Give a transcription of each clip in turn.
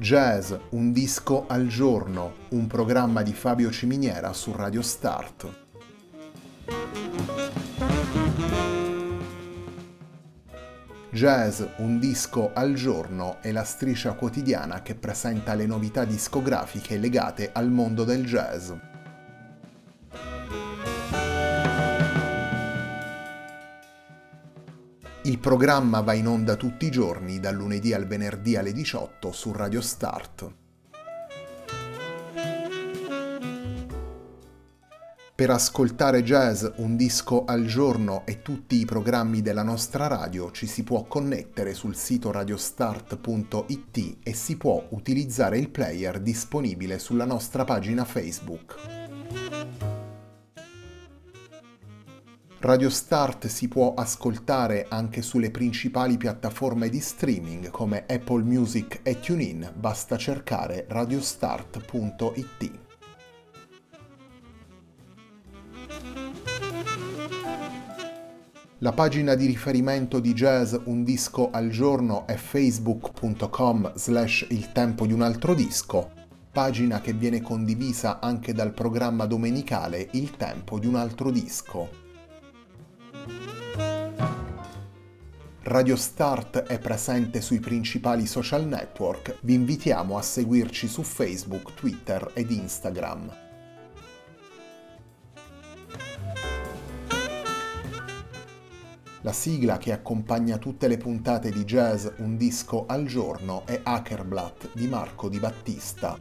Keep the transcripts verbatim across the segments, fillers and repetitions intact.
Jazz, un disco al giorno, un programma di Fabio Ciminiera su Radio Start. Jazz, un disco al giorno è la striscia quotidiana che presenta le novità discografiche legate al mondo del jazz. Il programma va in onda tutti i giorni, dal lunedì al venerdì alle diciotto su Radio Start. Per ascoltare Jazz, un disco al giorno e tutti i programmi della nostra radio ci si può connettere sul sito radiostart punto it e si può utilizzare il player disponibile sulla nostra pagina Facebook. Radio Start si può ascoltare anche sulle principali piattaforme di streaming come Apple Music e TuneIn, basta cercare radiostart punto it. La pagina di riferimento di Jazz Un Disco al Giorno è facebook punto com slash il tempo di un altro disco, pagina che viene condivisa anche dal programma domenicale Il tempo di un altro disco. Radio Start è presente sui principali social network, vi invitiamo a seguirci su Facebook, Twitter ed Instagram. La sigla che accompagna tutte le puntate di Jazz Un Disco al Giorno è Hackerblatt di Marco Di Battista.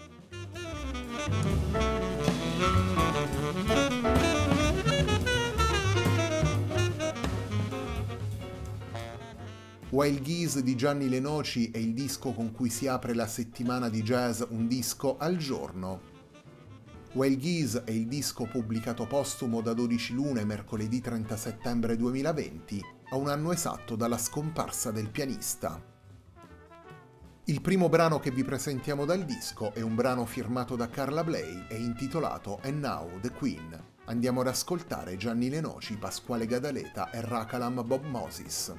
Wild Geese di Gianni Lenoci è il disco con cui si apre la settimana di Jazz Un Disco al Giorno. Wild Geese è il disco pubblicato postumo da dodici Lune mercoledì trenta settembre duemilaventi, a un anno esatto dalla scomparsa del pianista. Il primo brano che vi presentiamo dal disco è un brano firmato da Carla Bley e intitolato And Now the Queen. Andiamo ad ascoltare Gianni Lenoci, Pasquale Gadaleta e Rakalam Bob Moses.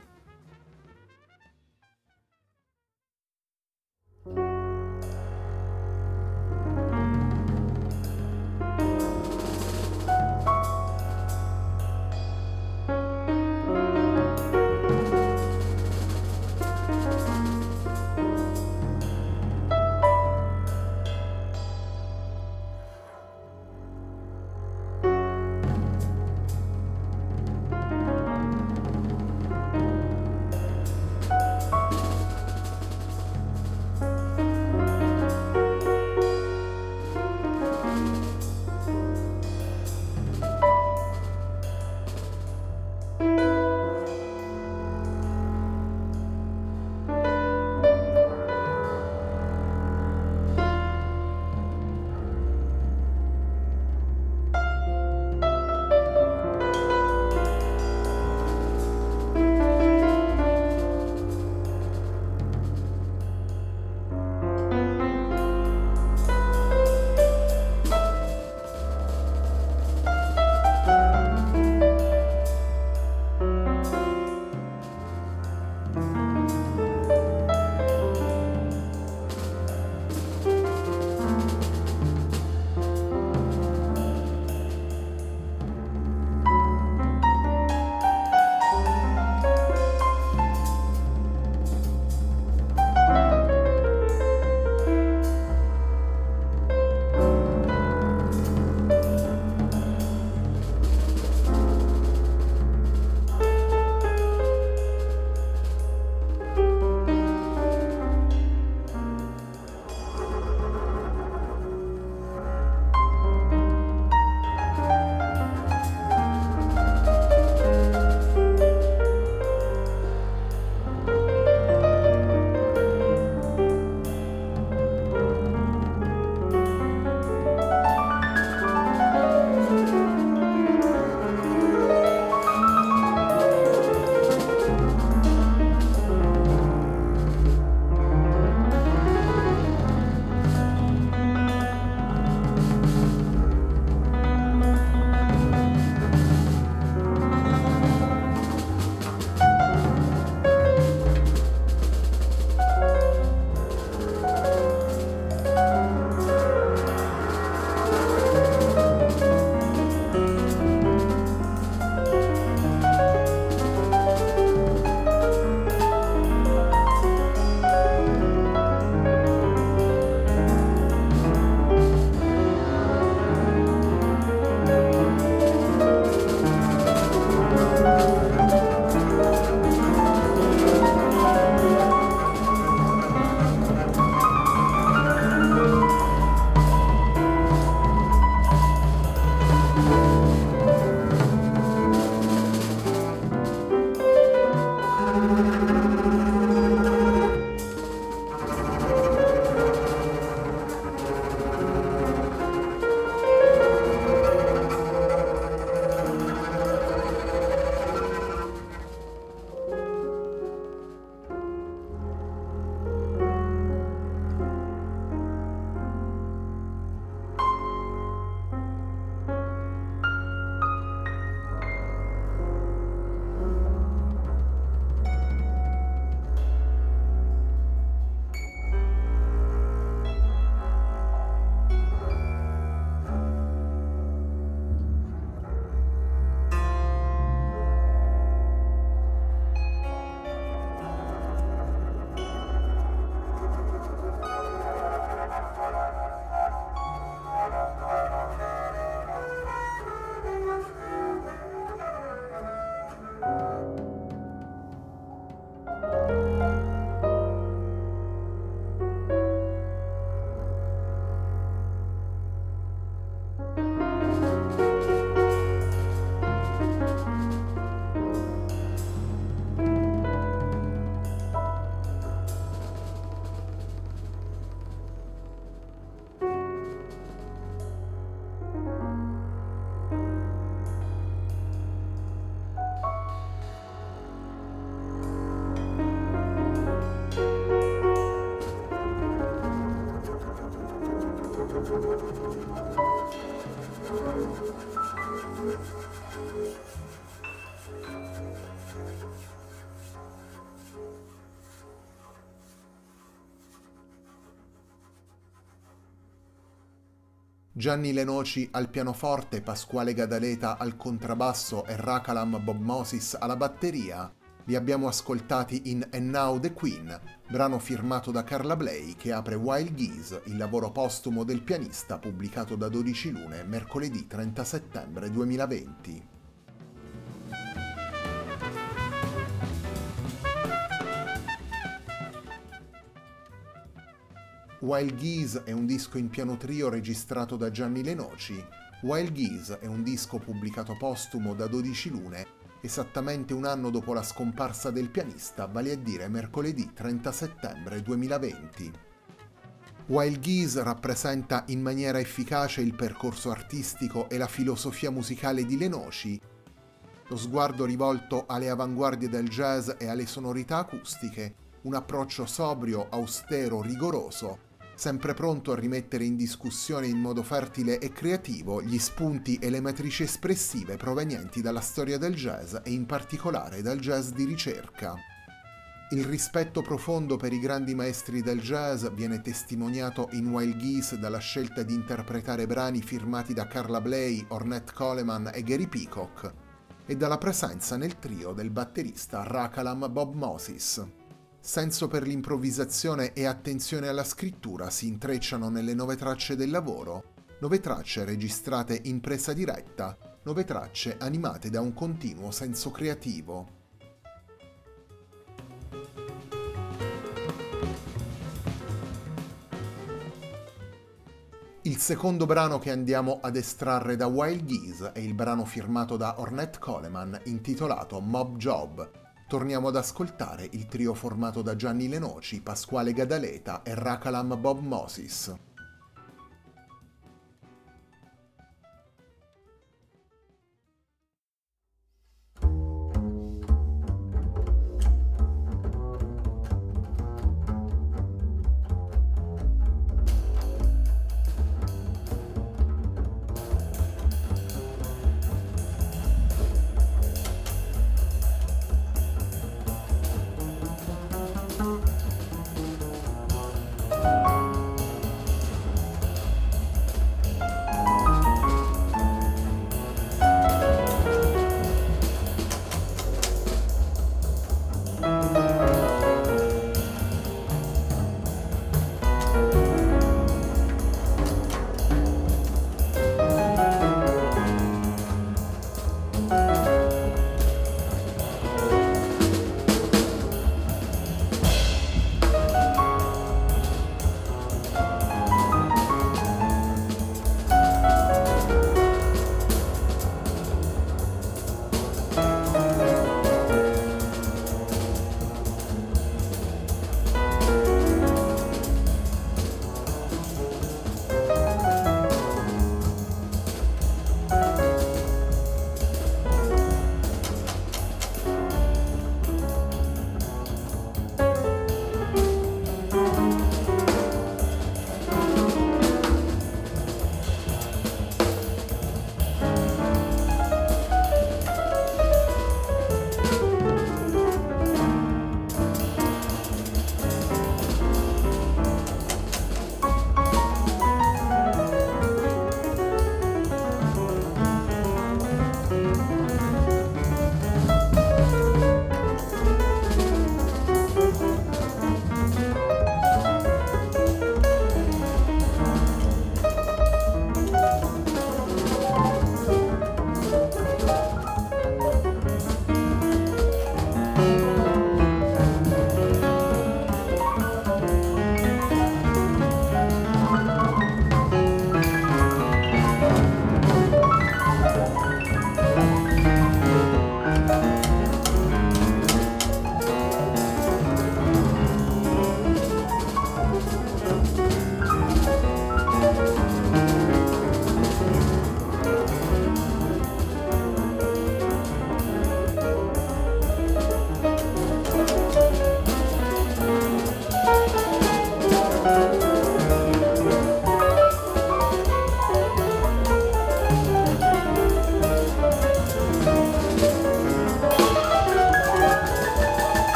Gianni Le Noci al pianoforte, Pasquale Gadaleta al contrabbasso e Rakalam Bob Moses alla batteria, li abbiamo ascoltati in And Now the Queen, brano firmato da Carla Bley che apre Wild Geese, il lavoro postumo del pianista pubblicato da dodici Lune mercoledì trenta settembre duemilaventi. Wild Geese è un disco in piano trio registrato da Gianni Le Noci. Wild Geese è un disco pubblicato postumo da dodici Lune, esattamente un anno dopo la scomparsa del pianista, vale a dire mercoledì trenta settembre duemilaventi. Wild Geese rappresenta in maniera efficace il percorso artistico e la filosofia musicale di Le Noci, lo sguardo rivolto alle avanguardie del jazz e alle sonorità acustiche, un approccio sobrio, austero, rigoroso, sempre pronto a rimettere in discussione in modo fertile e creativo gli spunti e le matrici espressive provenienti dalla storia del jazz e in particolare dal jazz di ricerca. Il rispetto profondo per i grandi maestri del jazz viene testimoniato in Wild Geese dalla scelta di interpretare brani firmati da Carla Bley, Ornette Coleman e Gary Peacock e dalla presenza nel trio del batterista Rakalam Bob Moses. Senso per l'improvvisazione e attenzione alla scrittura si intrecciano nelle nove tracce del lavoro, nove tracce registrate in presa diretta, nove tracce animate da un continuo senso creativo. Il secondo brano che andiamo ad estrarre da Wild Geese è il brano firmato da Ornette Coleman intitolato Mob Job. Torniamo ad ascoltare il trio formato da Gianni Le Noci, Pasquale Gadaleta e Rakalam Bob Moses.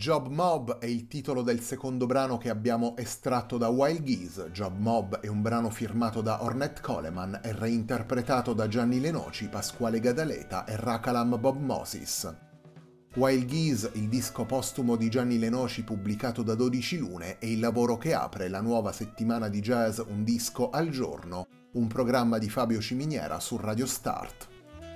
Job Mob è il titolo del secondo brano che abbiamo estratto da Wild Geese. Job Mob è un brano firmato da Ornette Coleman e reinterpretato da Gianni Lenoci, Pasquale Gadaleta e Rakalam Bob Moses. Wild Geese, il disco postumo di Gianni Lenoci pubblicato da dodici Lune, è il lavoro che apre la nuova settimana di jazz Un disco al giorno, un programma di Fabio Ciminiera su Radio Start.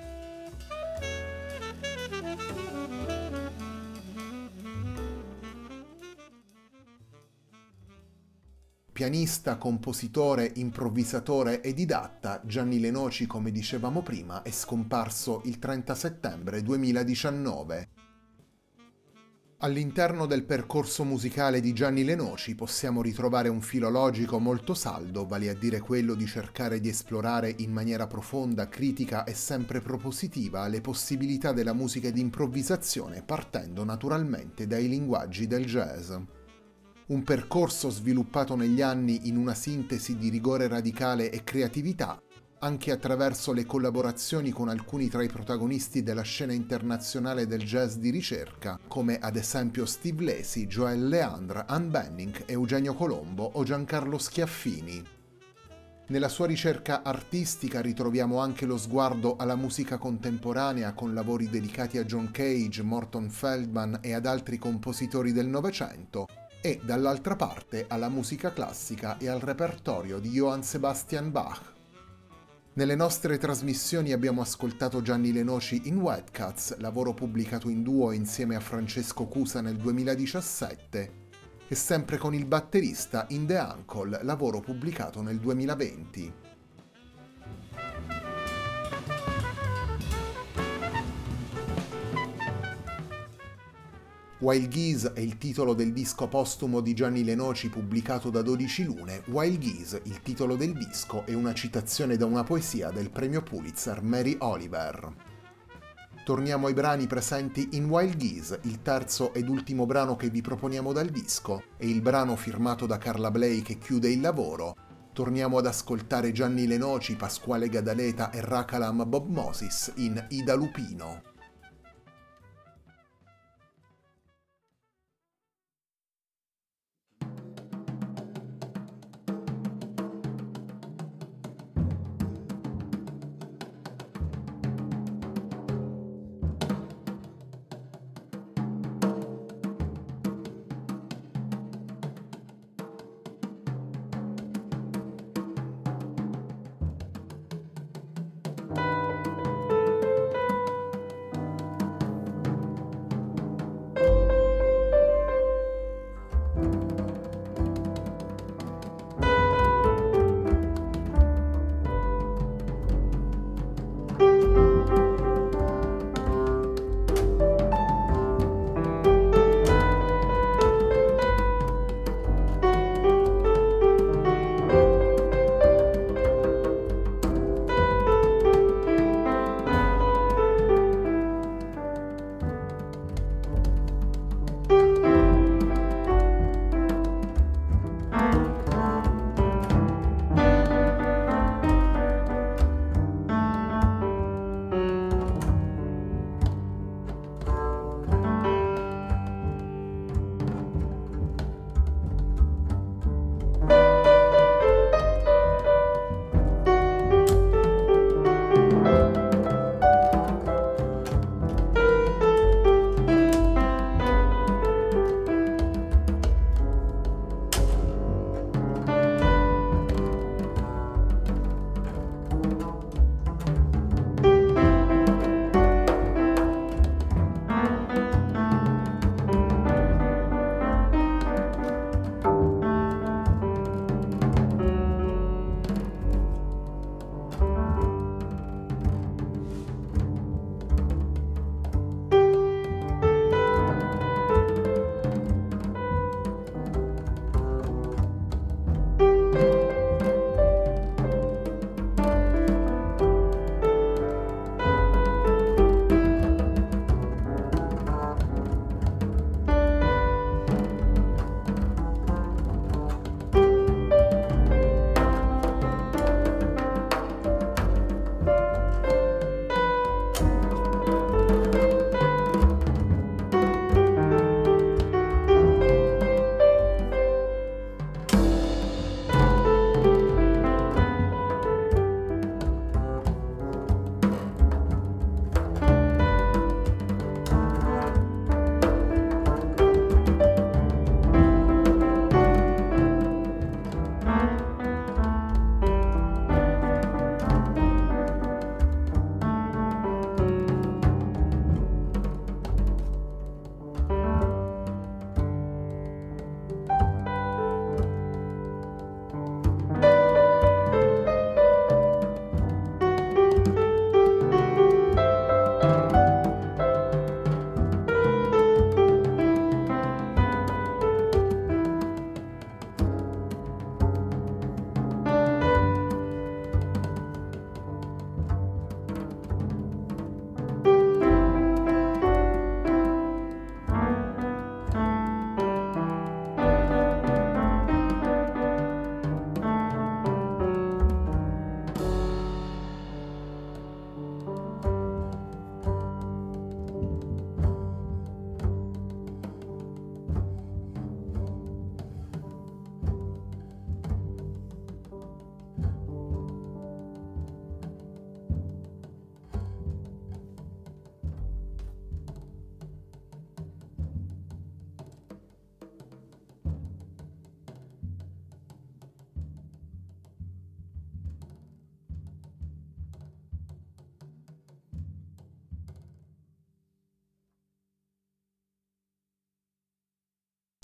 Pianista, compositore, improvvisatore e didatta, Gianni Lenoci, come dicevamo prima, è scomparso il trenta settembre duemiladiciannove. All'interno del percorso musicale di Gianni Lenoci possiamo ritrovare un filo logico molto saldo, vale a dire quello di cercare di esplorare in maniera profonda, critica e sempre propositiva le possibilità della musica di improvvisazione, partendo naturalmente dai linguaggi del jazz. Un percorso sviluppato negli anni in una sintesi di rigore radicale e creatività, anche attraverso le collaborazioni con alcuni tra i protagonisti della scena internazionale del jazz di ricerca, come ad esempio Steve Lacy, Joel Leandre, Ann Benning, Eugenio Colombo o Giancarlo Schiaffini. Nella sua ricerca artistica ritroviamo anche lo sguardo alla musica contemporanea con lavori dedicati a John Cage, Morton Feldman e ad altri compositori del Novecento, e dall'altra parte alla musica classica e al repertorio di Johann Sebastian Bach. Nelle nostre trasmissioni abbiamo ascoltato Gianni Lenoci in Wet Cats, lavoro pubblicato in duo insieme a Francesco Cusa nel duemiladiciassette, e sempre con il batterista in The Uncle, lavoro pubblicato nel duemilaventi. Wild Geese è il titolo del disco postumo di Gianni Lenoci pubblicato da dodici Lune. Wild Geese, il titolo del disco, è una citazione da una poesia del premio Pulitzer Mary Oliver. Torniamo ai brani presenti in Wild Geese, il terzo ed ultimo brano che vi proponiamo dal disco, è il brano firmato da Carla Bley che chiude il lavoro. Torniamo ad ascoltare Gianni Lenoci, Pasquale Gadaleta e Rakalam Bob Moses in Ida Lupino.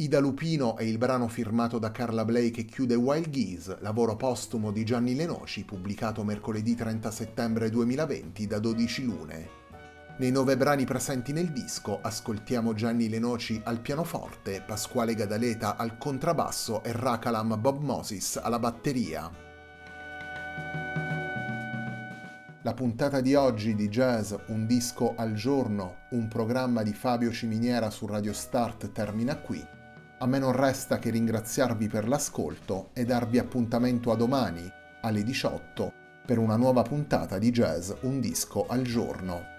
Ida Lupino è il brano firmato da Carla Bley che chiude Wild Geese, lavoro postumo di Gianni Le Noci, pubblicato mercoledì trenta settembre duemilaventi da dodici Lune. Nei nove brani presenti nel disco ascoltiamo Gianni Le Noci al pianoforte, Pasquale Gadaleta al contrabbasso e Rakalam Bob Moses alla batteria. La puntata di oggi di Jazz Un disco al giorno, un programma di Fabio Ciminiera su Radio Start termina qui. A me non resta che ringraziarvi per l'ascolto e darvi appuntamento a domani alle diciotto per una nuova puntata di Jazz Un disco al giorno.